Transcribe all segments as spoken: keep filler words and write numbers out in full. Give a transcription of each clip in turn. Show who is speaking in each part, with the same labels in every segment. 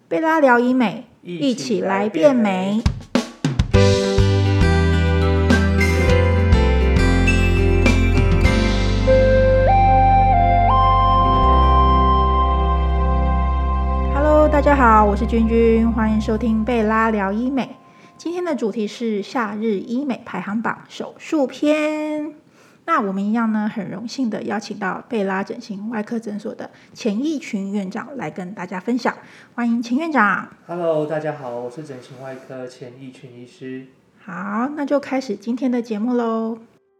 Speaker 1: 贝拉聊医美，一起来变美。Hello， 大家好，我是君君，欢迎收听贝拉聊医美。今天的主题是夏日医美排行榜手术篇。那我们一样呢，很荣幸的邀请到贝拉整形外科诊所的钱义群院长来跟大家分享，欢迎钱院长。
Speaker 2: Hello， 大家好，我是整形外科钱义群医师。
Speaker 1: 好，那就开始今天的节目喽。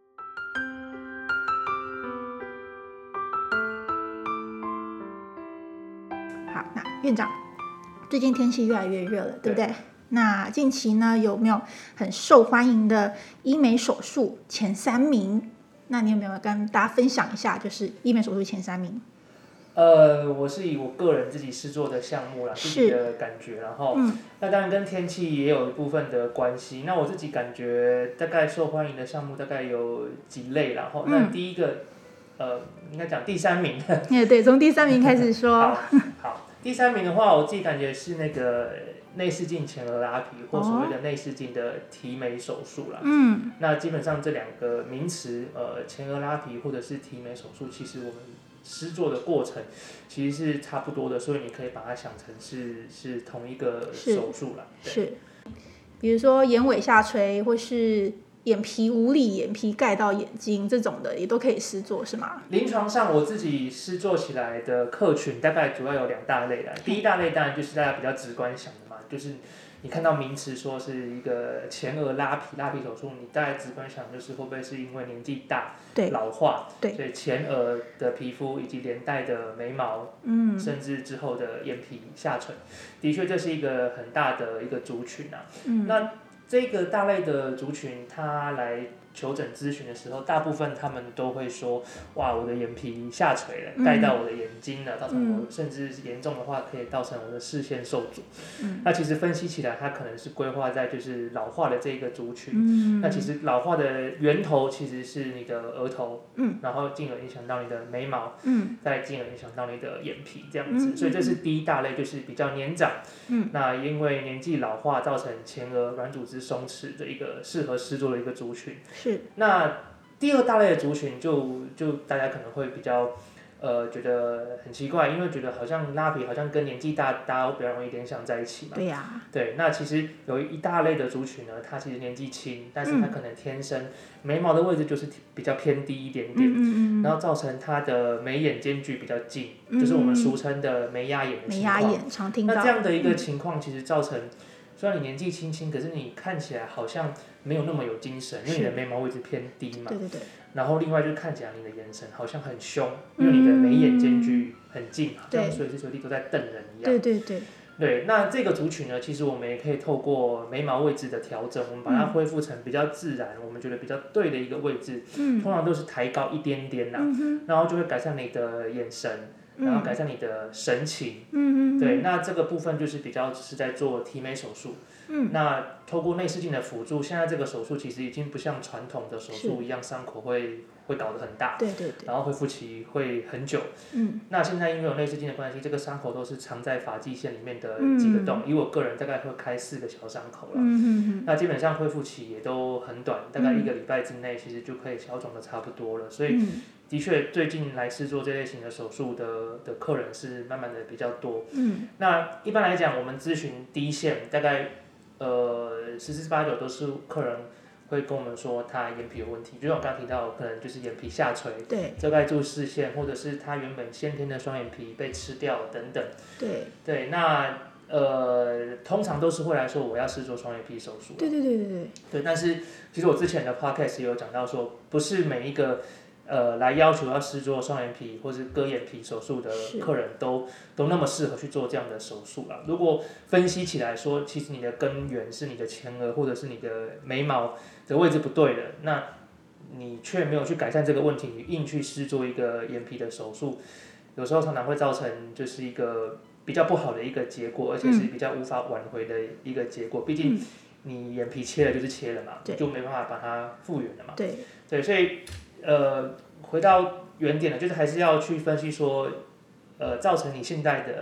Speaker 1: 好，那院长，最近天气越来越热了，对不对？对，那近期呢，有没有很受欢迎的医美手术前三名？那你有没有跟大家分享一下，就是医美手术前三名？
Speaker 2: 呃，我是以我个人自己试做的项目啦，自己的感觉，然后、嗯、那当然跟天气也有一部分的关系。那我自己感觉大概受欢迎的项目大概有几类，然后、嗯、那第一个，呃，应该讲第三名。
Speaker 1: 对对，从第三名开始说。
Speaker 2: 好，好，第三名的话，我自己感觉是那个内视镜前额拉皮，或所谓的内视镜的提美手术啦。嗯，那基本上这两个名词，呃，前额拉皮或者是提美手术，其实我们施做的过程其实是差不多的，所以你可以把它想成是是同一个手术啦。
Speaker 1: 是，比如说眼尾下垂，或是眼皮无力、眼皮盖到眼睛这种的，也都可以施做，是吗？
Speaker 2: 临床上我自己施做起来的客群大概主要有两大类啦。第一大类当然就是大家比较直观想的嘛，就是你看到名词说是一个前额拉皮拉皮手术，你大概直观想就是会不会是因为年纪大、老化，
Speaker 1: 对，
Speaker 2: 所以前额的皮肤以及连带的眉毛，嗯，甚至之后的眼皮下垂，的确这是一个很大的一个族群啊。嗯，那这个大类的族群，他来求诊咨询的时候，大部分他们都会说：哇，我的眼皮下垂了，盖到我的眼睛了，造成我甚至严重的话可以造成我的视线受阻。嗯，那其实分析起来，它可能是规划在就是老化的这一个族群。嗯，那其实老化的源头其实是你的额头，嗯，然后进而影响到你的眉毛，嗯，再进而影响到你的眼皮这样子。嗯，所以这是第一大类，就是比较年长。嗯，那因为年纪老化造成前额软组织松弛的一个适合施作的一个族群。
Speaker 1: 是。
Speaker 2: 那第二大类的族群就就大家可能会比较呃觉得很奇怪，因为觉得好像拉皮好像跟年纪大大家比较容易联想在一起嘛。
Speaker 1: 对呀、啊。
Speaker 2: 对，那其实有一大类的族群呢，它其实年纪轻，但是它可能天生眉毛的位置就是比较偏低一点点，嗯嗯嗯，然后造成它的眉眼间距比较近，嗯嗯，就是我们俗称的眉压眼的情况。
Speaker 1: 眉压眼常听到。
Speaker 2: 那这样的一个情况，其实造成、嗯、虽然你年纪轻轻，可是你看起来好像没有那么有精神，因为你的眉毛位置偏低嘛。
Speaker 1: 对对对。然
Speaker 2: 后另外就看起来你的眼神好像很凶，因为你的眉眼间距很近，好像随时随地都在瞪人一样。
Speaker 1: 对对对。
Speaker 2: 对，那这个族群呢，其实我们也可以透过眉毛位置的调整，我们把它恢复成比较自然，嗯、我们觉得比较对的一个位置，嗯、通常都是抬高一点点啦、啊嗯，然后就会改善你的眼神。然后改善你的神情，嗯嗯，对，那这个部分就是比较是在做提美手术，嗯，那透过内视镜的辅助，现在这个手术其实已经不像传统的手术一样，伤口会会搞得很大，
Speaker 1: 对对对，
Speaker 2: 然后恢复期会很久，嗯，那现在因为有内视镜的关系，这个伤口都是藏在发际线里面的几个洞，嗯、以我个人大概会开四个小伤口了，嗯嗯嗯，那基本上恢复期也都很短，大概一个礼拜之内，其实就可以消肿的差不多了，所以。嗯的确，最近来施做这类型的手术的的客人是慢慢的比较多。嗯，那一般来讲，我们咨询第一线大概呃十之八九都是客人会跟我们说他眼皮有问题，就像我刚刚提到，可能就是眼皮下垂，
Speaker 1: 对，
Speaker 2: 遮盖住视线，或者是他原本先天的双眼皮被吃掉等等。
Speaker 1: 对，
Speaker 2: 对，那呃通常都是会来说我要施做双眼皮手术。
Speaker 1: 对对对对对。
Speaker 2: 对，但是其实我之前的 podcast 也有讲到说，不是每一个。呃，来要求要施做双眼皮或是割眼皮手术的客人都都那么适合去做这样的手术啦。如果分析起来说，其实你的根源是你的前额或者是你的眉毛的位置不对的，那你却没有去改善这个问题，你硬去施做一个眼皮的手术，有时候常常会造成就是一个比较不好的一个结果，而且是比较无法挽回的一个结果。毕竟你眼皮切了就是切了嘛，就没办法把它复原了嘛。
Speaker 1: 对，
Speaker 2: 对，所以。呃，回到原点了，就是还是要去分析说，呃，造成你现在的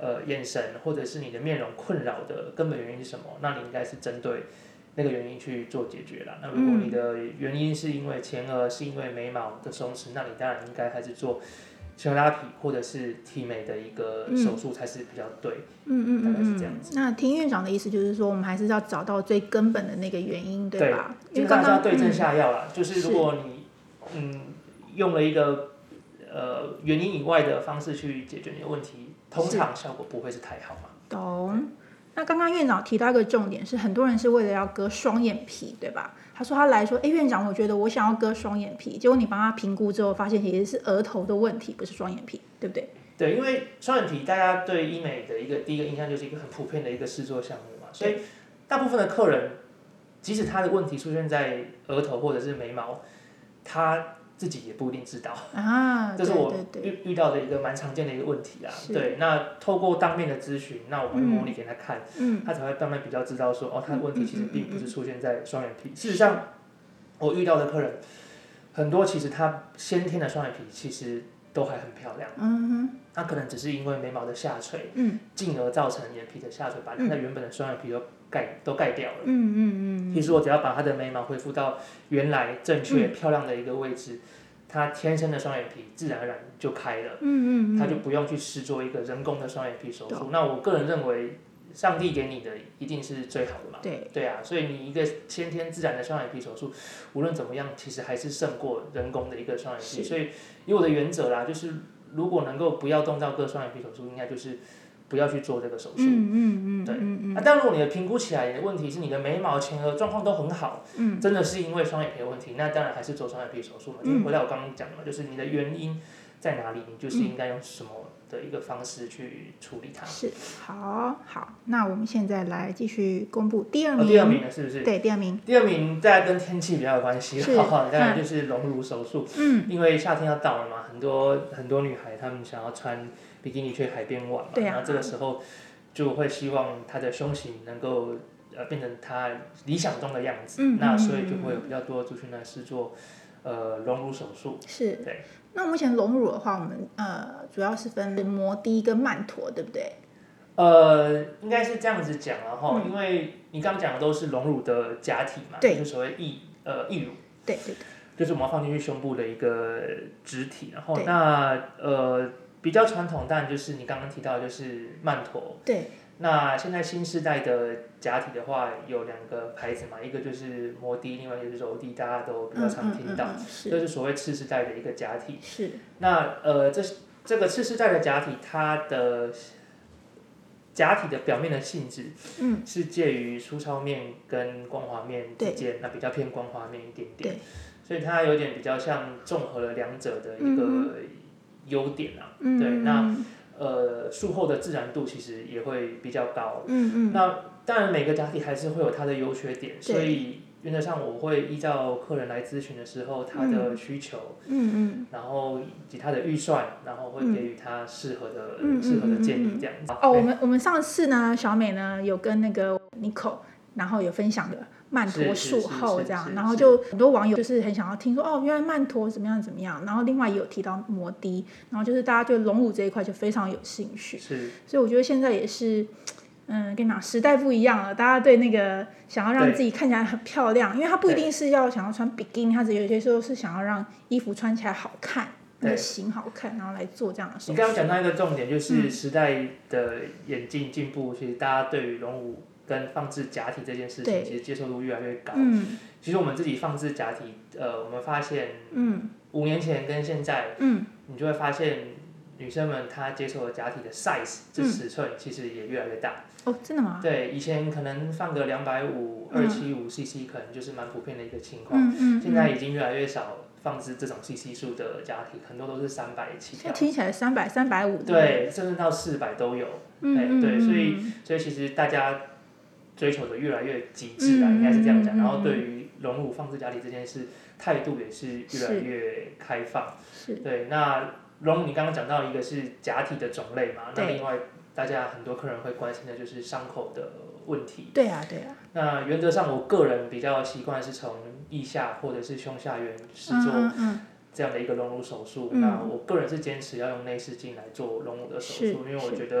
Speaker 2: 呃眼神或者是你的面容困扰的根本原因是什么，那你应该是针对那个原因去做解决啦。那如果你的原因是因为前额，是因为眉毛的松弛，那你当然应该还是做前额拉皮或者是提眉的一个手术才是比较对。
Speaker 1: 嗯嗯嗯
Speaker 2: 大概是这样子。
Speaker 1: 那听院长的意思就是说，我们还是要找到最根本的那个原因，对吧？
Speaker 2: 对，基本上是要对症下药啦。嗯、就是如果你嗯用了一个呃原因以外的方式去解决你的问题，通常效果不会是太好嘛。
Speaker 1: 懂。那刚刚院长提到一个重点是，很多人是为了要割双眼皮，对吧？他说他来说，哎，院长，我觉得我想要割双眼皮，结果你帮他评估之后，发现其实是额头的问题，不是双眼皮，对不对？
Speaker 2: 对，因为双眼皮大家对医美的一个第一个印象就是一个很普遍的一个试做项目嘛，所以大部分的客人，即使他的问题出现在额头或者是眉毛，他自己也不一定知道啊，这是我遇遇到的一个蛮常见的一个问题啦。对，那透过当面的咨询，那我们模拟给他看，嗯、他才会慢慢比较知道说，哦，他的问题其实并不是出现在双眼皮。嗯嗯嗯、事实上，我遇到的客人很多，其实他先天的双眼皮其实都还很漂亮，嗯哼，他可能只是因为眉毛的下垂，嗯，进而造成眼皮的下垂，把他的原本的双眼皮都盖都盖掉了，嗯嗯嗯。其实我只要把他的眉毛恢复到原来正确、漂亮的一个位置，他天生的双眼皮自然而然就开了，嗯嗯嗯，他就不用去施做一个人工的双眼皮手术。那我个人认为，上帝给你的一定是最好的嘛，对对啊，所以你一个先天自然的双眼皮手术，无论怎么样，其实还是胜过人工的一个双眼皮。所以以我的原则啦，就是如果能够不要动到割双眼皮手术，应该就是不要去做这个手术。嗯嗯嗯，对。嗯嗯、啊，但如果你的评估起来，你的问题是你的眉毛、前额状况都很好，嗯，真的是因为双眼皮的问题，那当然还是做双眼皮手术嘛。就是回到我刚刚讲的嘛，就是你的原因在哪里，你就是应该用什么的一个方式去处理它。
Speaker 1: 是，好好，那我们现在来继续公布第二名。
Speaker 2: 哦、第二名了，是不是？
Speaker 1: 对，第二名。
Speaker 2: 第二名再来跟天气比较有关系了，当然就是隆乳手术。嗯，因为夏天要到了嘛，很多很多女孩她们想要穿比基尼去海边玩嘛，对啊，那这个时候就会希望她的胸型能够呃变成她理想中的样子，嗯、那所以就会有比较多的族群来试做呃隆乳手术。
Speaker 1: 是，
Speaker 2: 对。
Speaker 1: 那目前隆乳的话，我们呃主要是分摩的跟曼陀，对不对？
Speaker 2: 呃，应该是这样子讲了哈，嗯、因为你刚刚讲的都是隆乳的假体嘛，对，就所谓义呃义乳，
Speaker 1: 对对对，
Speaker 2: 就是我们要放进去胸部的一个植体，然后那呃比较传统，当然就是你刚刚提到的就是曼陀，对。那现在新世代的假体的话，有两个牌子嘛，一个就是摩的，另外一个就是柔的，大家都比较常听到，这、嗯嗯嗯、是所谓次世代的一个假体。是。那呃，这这个次世代的假体，它的假体的表面的性质，嗯，是介于粗糙面跟光滑面之间，那比较偏光滑面一点点，所以它有点比较像综合了两者的一个优点啊，嗯、对，那。呃，术后的自然度其实也会比较高。嗯嗯。那当然，每个假体还是会有它的优缺点，所以原则上我会依照客人来咨询的时候，他的需求，嗯嗯，然后以及他的预算，然后会给予他适合的、嗯、适合的建议这样子。
Speaker 1: 哦，我们我们上次呢，小美呢有跟那个 Nico， 然后有分享的。曼陀术后这样，然后就很多网友就是很想要听说哦，原来曼陀怎么样怎么样，然后另外也有提到摩的，然后就是大家对隆乳这一块就非常有兴趣，是，所以我觉得现在也是，嗯，跟你讲时代不一样了，大家对那个想要让自己看起来很漂亮，因为他不一定是要想要穿比基尼，他只有些时候是想要让衣服穿起来好看，那个型好看，然后来做这样的手术。
Speaker 2: 你刚刚讲到一个重点，就是时代的演进进步，其实大家对于隆乳跟放置假体这件事情，其实接受度越来越高。嗯、其实我们自己放置假体，呃，我们发现，嗯，五年前跟现在，嗯，你就会发现女生们她接受的假体的 size， 这尺寸其实也越来越大。
Speaker 1: 哦，真的吗？
Speaker 2: 对，以前可能放个两百五、二七五 C C 可能就是蛮普遍的一个情况。嗯嗯、现在已经越来越少放置这种 C C 数的假体，很多都是三百起跳。
Speaker 1: 听起来三百、三百五。
Speaker 2: 对，甚至到四百都有。嗯、对，所以所以其实大家追求的越来越极致啦，应该是这样讲。然后对于隆乳放置假体这件事，态度也是越来越开放。是。对，那隆你刚刚讲到一个是假体的种类嘛，那另外大家很多客人会关心的就是伤口的问题。
Speaker 1: 对啊，对啊。
Speaker 2: 那原则上，我个人比较习惯是从腋下或者是胸下缘试做这样的一个隆乳手术。嗯、那我个人是坚持要用内视镜来做隆乳的手术，因为我觉得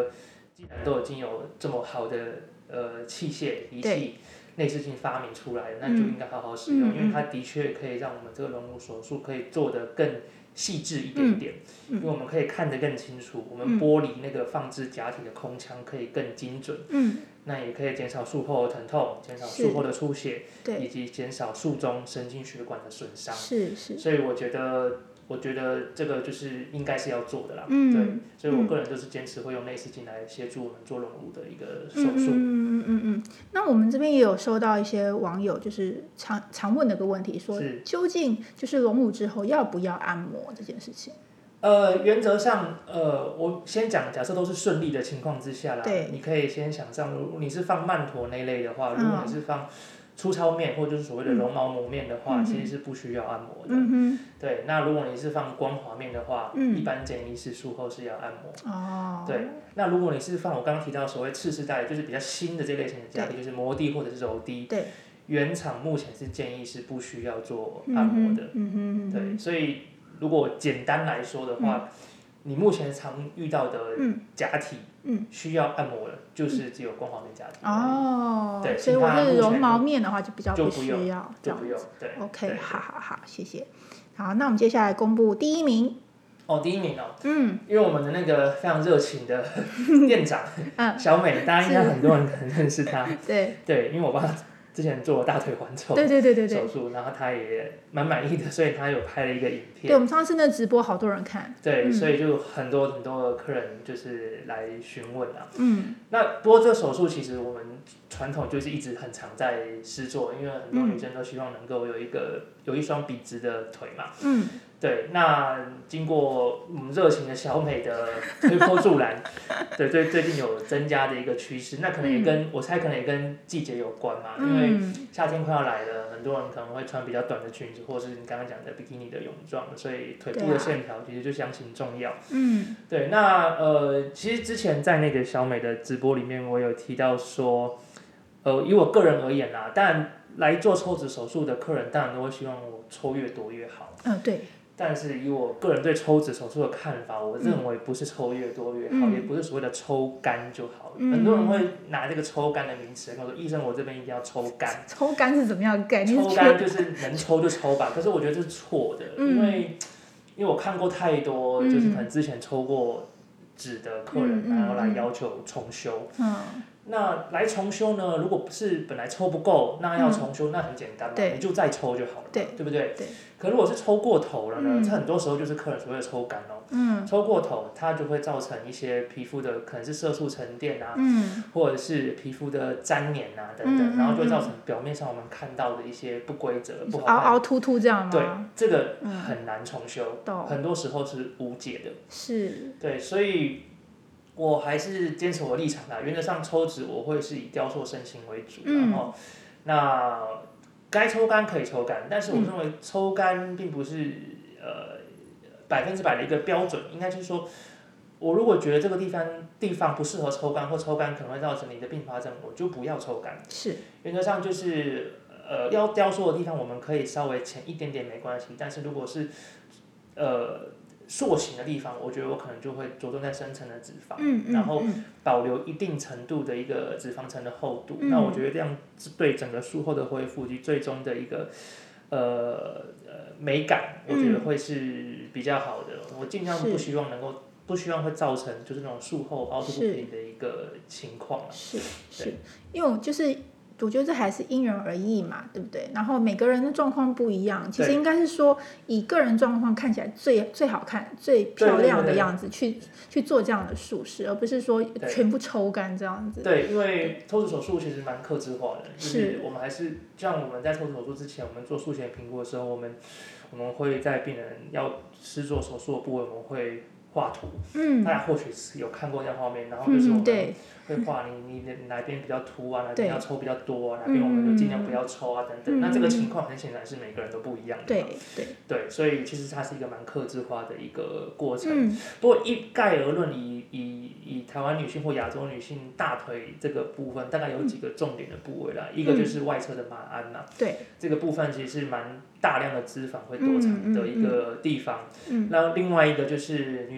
Speaker 2: 既然都已经有这么好的呃器械仪器。内视镜发明出来，那就应该好好使用，嗯、因为它的确可以让我们这个隆乳手术可以做得更细致一点点，嗯嗯、因为我们可以看得更清楚，我们剥离那个放置假体的空腔可以更精准，嗯、那也可以减少术后的疼痛，减少术后的出血，以及减少术中神经血管的损伤。
Speaker 1: 是是，
Speaker 2: 所以我觉得。我觉得这个就是应该是要做的啦，嗯、对，所以我个人都是坚持会用内视镜来协助我们做隆乳的一个手术。
Speaker 1: 嗯嗯嗯嗯。那我们这边也有收到一些网友就是常常问的一个问题，说究竟就是隆乳之后要不要按摩这件事情？
Speaker 2: 呃，原则上，呃，我先讲，假设都是顺利的情况之下啦，你可以先想象，如果你是放曼陀那一类的话，如果你是放粗糙面或者就是所谓的绒毛膜面的话，嗯、其实是不需要按摩的。嗯、对，那如果你是放光滑面的话，嗯、一般建议是术后是要按摩。哦。对，那如果你是放我刚刚提到所谓次世代，就是比较新的这类型的假体，就是摩的或者是柔的。对。原厂目前是建议是不需要做按摩的。嗯哼。对，所以如果简单来说的话。嗯你目前常遇到的假体，嗯，需要按摩的，就是只有光滑面假体。
Speaker 1: 哦，对，所以我是绒毛面的话，就比较不需要这样子。
Speaker 2: 对
Speaker 1: ，OK， 好好好，谢谢。好，那我们接下来公布第一名。
Speaker 2: 哦，第一名哦，嗯，因为我们的那个非常热情的店长，嗯，小美，大家应该很多人很认识她。对，对，因为我帮她之前做了大腿环抽手术，然后他也蛮满意的，所以他有拍了一个影片。
Speaker 1: 对，我们上次那直播好多人看。
Speaker 2: 对，嗯、所以就很多很多的客人就是来询问啊。嗯。那不过这个手术其实我们传统就是一直很常在施做，因为很多女生都希望能够有一个有一双笔直的腿嘛。嗯。对，那经过我们热情的小美的推波助澜，对对，最近有增加的一个趋势，那可能也跟、嗯、我猜可能也跟季节有关嘛，嗯、因为夏天快要来了，很多人可能会穿比较短的裙子，或是你刚刚讲的比基尼的泳装，所以腿部的线条其实就相形重要。嗯，对，那呃，其实之前在那个小美的直播里面，我有提到说，呃，以我个人而言啦，但来做抽脂手术的客人，当然都会希望我抽越多越好。
Speaker 1: 嗯，对。
Speaker 2: 但是以我个人对抽脂手术的看法，我认为不是抽越多越好，嗯、也不是所谓的抽干就好。嗯、很多人会拿这个抽干的名词跟我说：“医生，我这边一定要抽干。”
Speaker 1: 抽干是怎么样的概念？
Speaker 2: 抽干就是能抽就抽吧，可是我觉得这是错的，嗯、因为因为我看过太多，就是可能之前抽过脂的客人，嗯、然后来要求重修。嗯那来重修呢？如果不是本来抽不够，那要重修，嗯、那很简单嘛，你就再抽就好了，对, 对不对？对。可如果是抽过头了呢？这、嗯、很多时候就是客人所谓的抽干哦。嗯。抽过头，它就会造成一些皮肤的可能是色素沉淀啊，嗯、或者是皮肤的粘黏啊等等，嗯、然后就会造成表面上我们看到的一些不规则、不好看、
Speaker 1: 凹凹凸凸这样吗？
Speaker 2: 对，这个很难重修，嗯、很多时候是无解的。
Speaker 1: 是。
Speaker 2: 对，所以。我还是坚持我的立场啦，原则上抽脂我会是以雕塑身形为主，嗯、然后那该抽干可以抽干，但是我认为抽干并不是呃百分之百的一个标准，应该就是说，我如果觉得这个地方地方不适合抽干，或抽干可能会造成你的并发症，我就不要抽干。
Speaker 1: 是，
Speaker 2: 原则上就是呃要雕塑的地方我们可以稍微浅一点点没关系，但是如果是呃。塑形的地方，我觉得我可能就会着重在深层的脂肪，嗯嗯、然后保留一定程度的一个脂肪层的厚度。嗯、那我觉得这样对整个术后的恢复及最终的一个呃呃美感，我觉得会是比较好的。嗯、我尽量不希望能够不希望会造成就是那种术后凹凸不平的一个情况。
Speaker 1: 是是，因为我就是。我觉得这还是因人而异嘛，对不对？然后每个人的状况不一样，其实应该是说以个人状况看起来最最好看、最漂亮的样子去去做这样的术式，而不是说全部抽干这样子。
Speaker 2: 对，因为抽脂手术其实蛮客制化的，就是我们还是像我们在抽脂手术之前，我们做术前评估的时候，我们我们会在病人要施做手术的部位，我们会画图，嗯，大家或许是有看过那画面，然后就是我们会画你你哪边比较凸啊，哪边要抽比较多啊，哪边我们就尽量不要抽啊等等。那这个情况很显然是每个人都不一样的，
Speaker 1: 对对
Speaker 2: 对，所以其实它是一个蛮客制化的一个过程。嗯、不过一概而论，以以以台湾女性或亚洲女性大腿这个部分，大概有几个重点的部位啦，嗯、一个就是外侧的马鞍呐，对，这个部分其实是蛮大量的脂肪会躲藏的一个地方。嗯，那另外一个就是女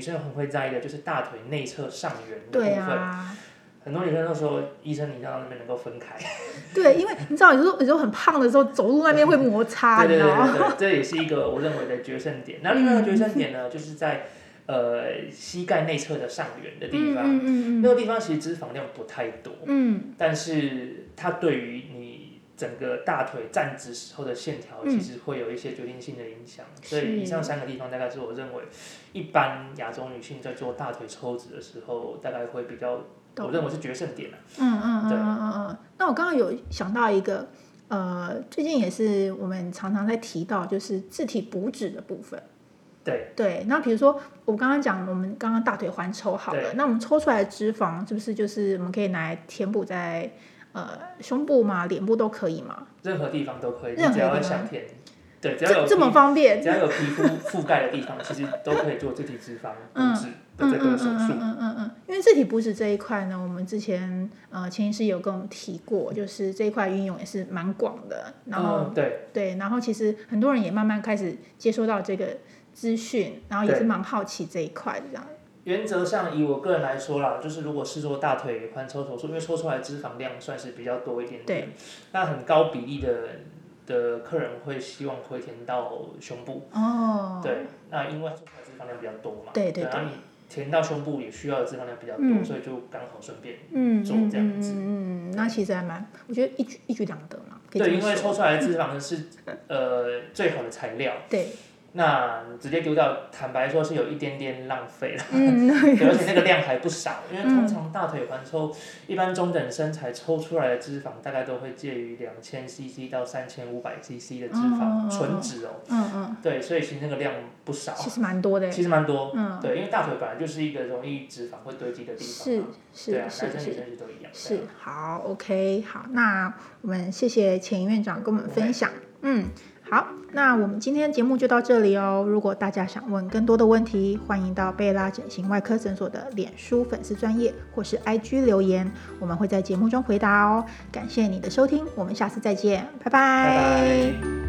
Speaker 2: 生很会在意的就是大腿内侧上缘的部
Speaker 1: 对
Speaker 2: 分。
Speaker 1: 啊，
Speaker 2: 很多女生都说，医生你让那边能够分开。
Speaker 1: 对，因为你知道有时候有时候很胖的时候，走路那边会摩擦，
Speaker 2: 对对对
Speaker 1: 你知道吗？
Speaker 2: 对对，这也是一个我认为的决胜点。那另外一个决胜点呢，就是在呃膝盖内侧的上缘的地方，
Speaker 1: 嗯嗯嗯嗯
Speaker 2: 那个地方其实脂肪量不太多，
Speaker 1: 嗯，
Speaker 2: 但是它对于你整个大腿站直时候的线条，其实会有一些决定性的影响。
Speaker 1: 嗯、
Speaker 2: 所以以上三个地方大概是我认为一般亚洲女性在做大腿抽脂的时候，大概会比较，我认为是决胜点啊。
Speaker 1: 嗯嗯嗯嗯嗯嗯。那我刚刚有想到一个，呃，最近也是我们常常在提到，就是自体补脂的部分。
Speaker 2: 对
Speaker 1: 对，那比如说我刚刚讲，我们刚刚大腿环抽好了，那我们抽出来的脂肪是不是就是我们可以拿来填补在呃胸部嘛、脸部都可以吗？
Speaker 2: 任何地方都可以，
Speaker 1: 任何
Speaker 2: 你只要想填，对，只要有
Speaker 1: 这这么方便，
Speaker 2: 只要有皮肤覆盖的地方，其实都可以做自体脂肪补脂的这个手术。
Speaker 1: 嗯嗯嗯嗯，因为自体补脂这一块呢，我们之前呃前医师有跟我们提过，就是这一块运用也是蛮广的。然后、
Speaker 2: 嗯、对
Speaker 1: 对，然后其实很多人也慢慢开始接收到这个资讯，然后也是蛮好奇这一块的这样。
Speaker 2: 原则上，以我个人来说啦，就是如果是做大腿环抽手术，因为抽出来的脂肪量算是比较多一点点，那很高比例的的客人会希望回填到胸部。哦。对，那因为抽出来的脂肪量比较多嘛，
Speaker 1: 对对对。
Speaker 2: 然后你填到胸部也需要的脂肪量比较多，嗯、所以就刚好顺便做这样子。
Speaker 1: 嗯嗯嗯嗯，那其实还蛮，我觉得一举一举两得嘛。
Speaker 2: 对，因为抽出来的脂肪是呃最好的材料。
Speaker 1: 对。
Speaker 2: 那直接丢掉，坦白说是有一点点浪费了，嗯、而且那个量还不少，因为通常大腿环抽，嗯、一般中等身材抽出来的脂肪大概都会介于两千 C C 到三千五百 C C 的脂肪，纯、哦、脂哦，嗯嗯，对，所以其实那个量不少，
Speaker 1: 其实蛮多的，
Speaker 2: 其实蛮多，嗯，对，因为大腿本来就是一个容易脂肪会堆积的地方，
Speaker 1: 是是
Speaker 2: 对啊，
Speaker 1: 是
Speaker 2: 男生女生其实都一样，
Speaker 1: 是好 ，OK， 好，那我们谢谢钱院长跟我们分享，嗯。好，那我们今天节目就到这里哦。如果大家想问更多的问题，欢迎到贝拉整形外科诊所的脸书粉丝专页或是 I G 留言，我们会在节目中回答哦。感谢你的收听，我们下次再见，拜拜。
Speaker 2: 拜拜。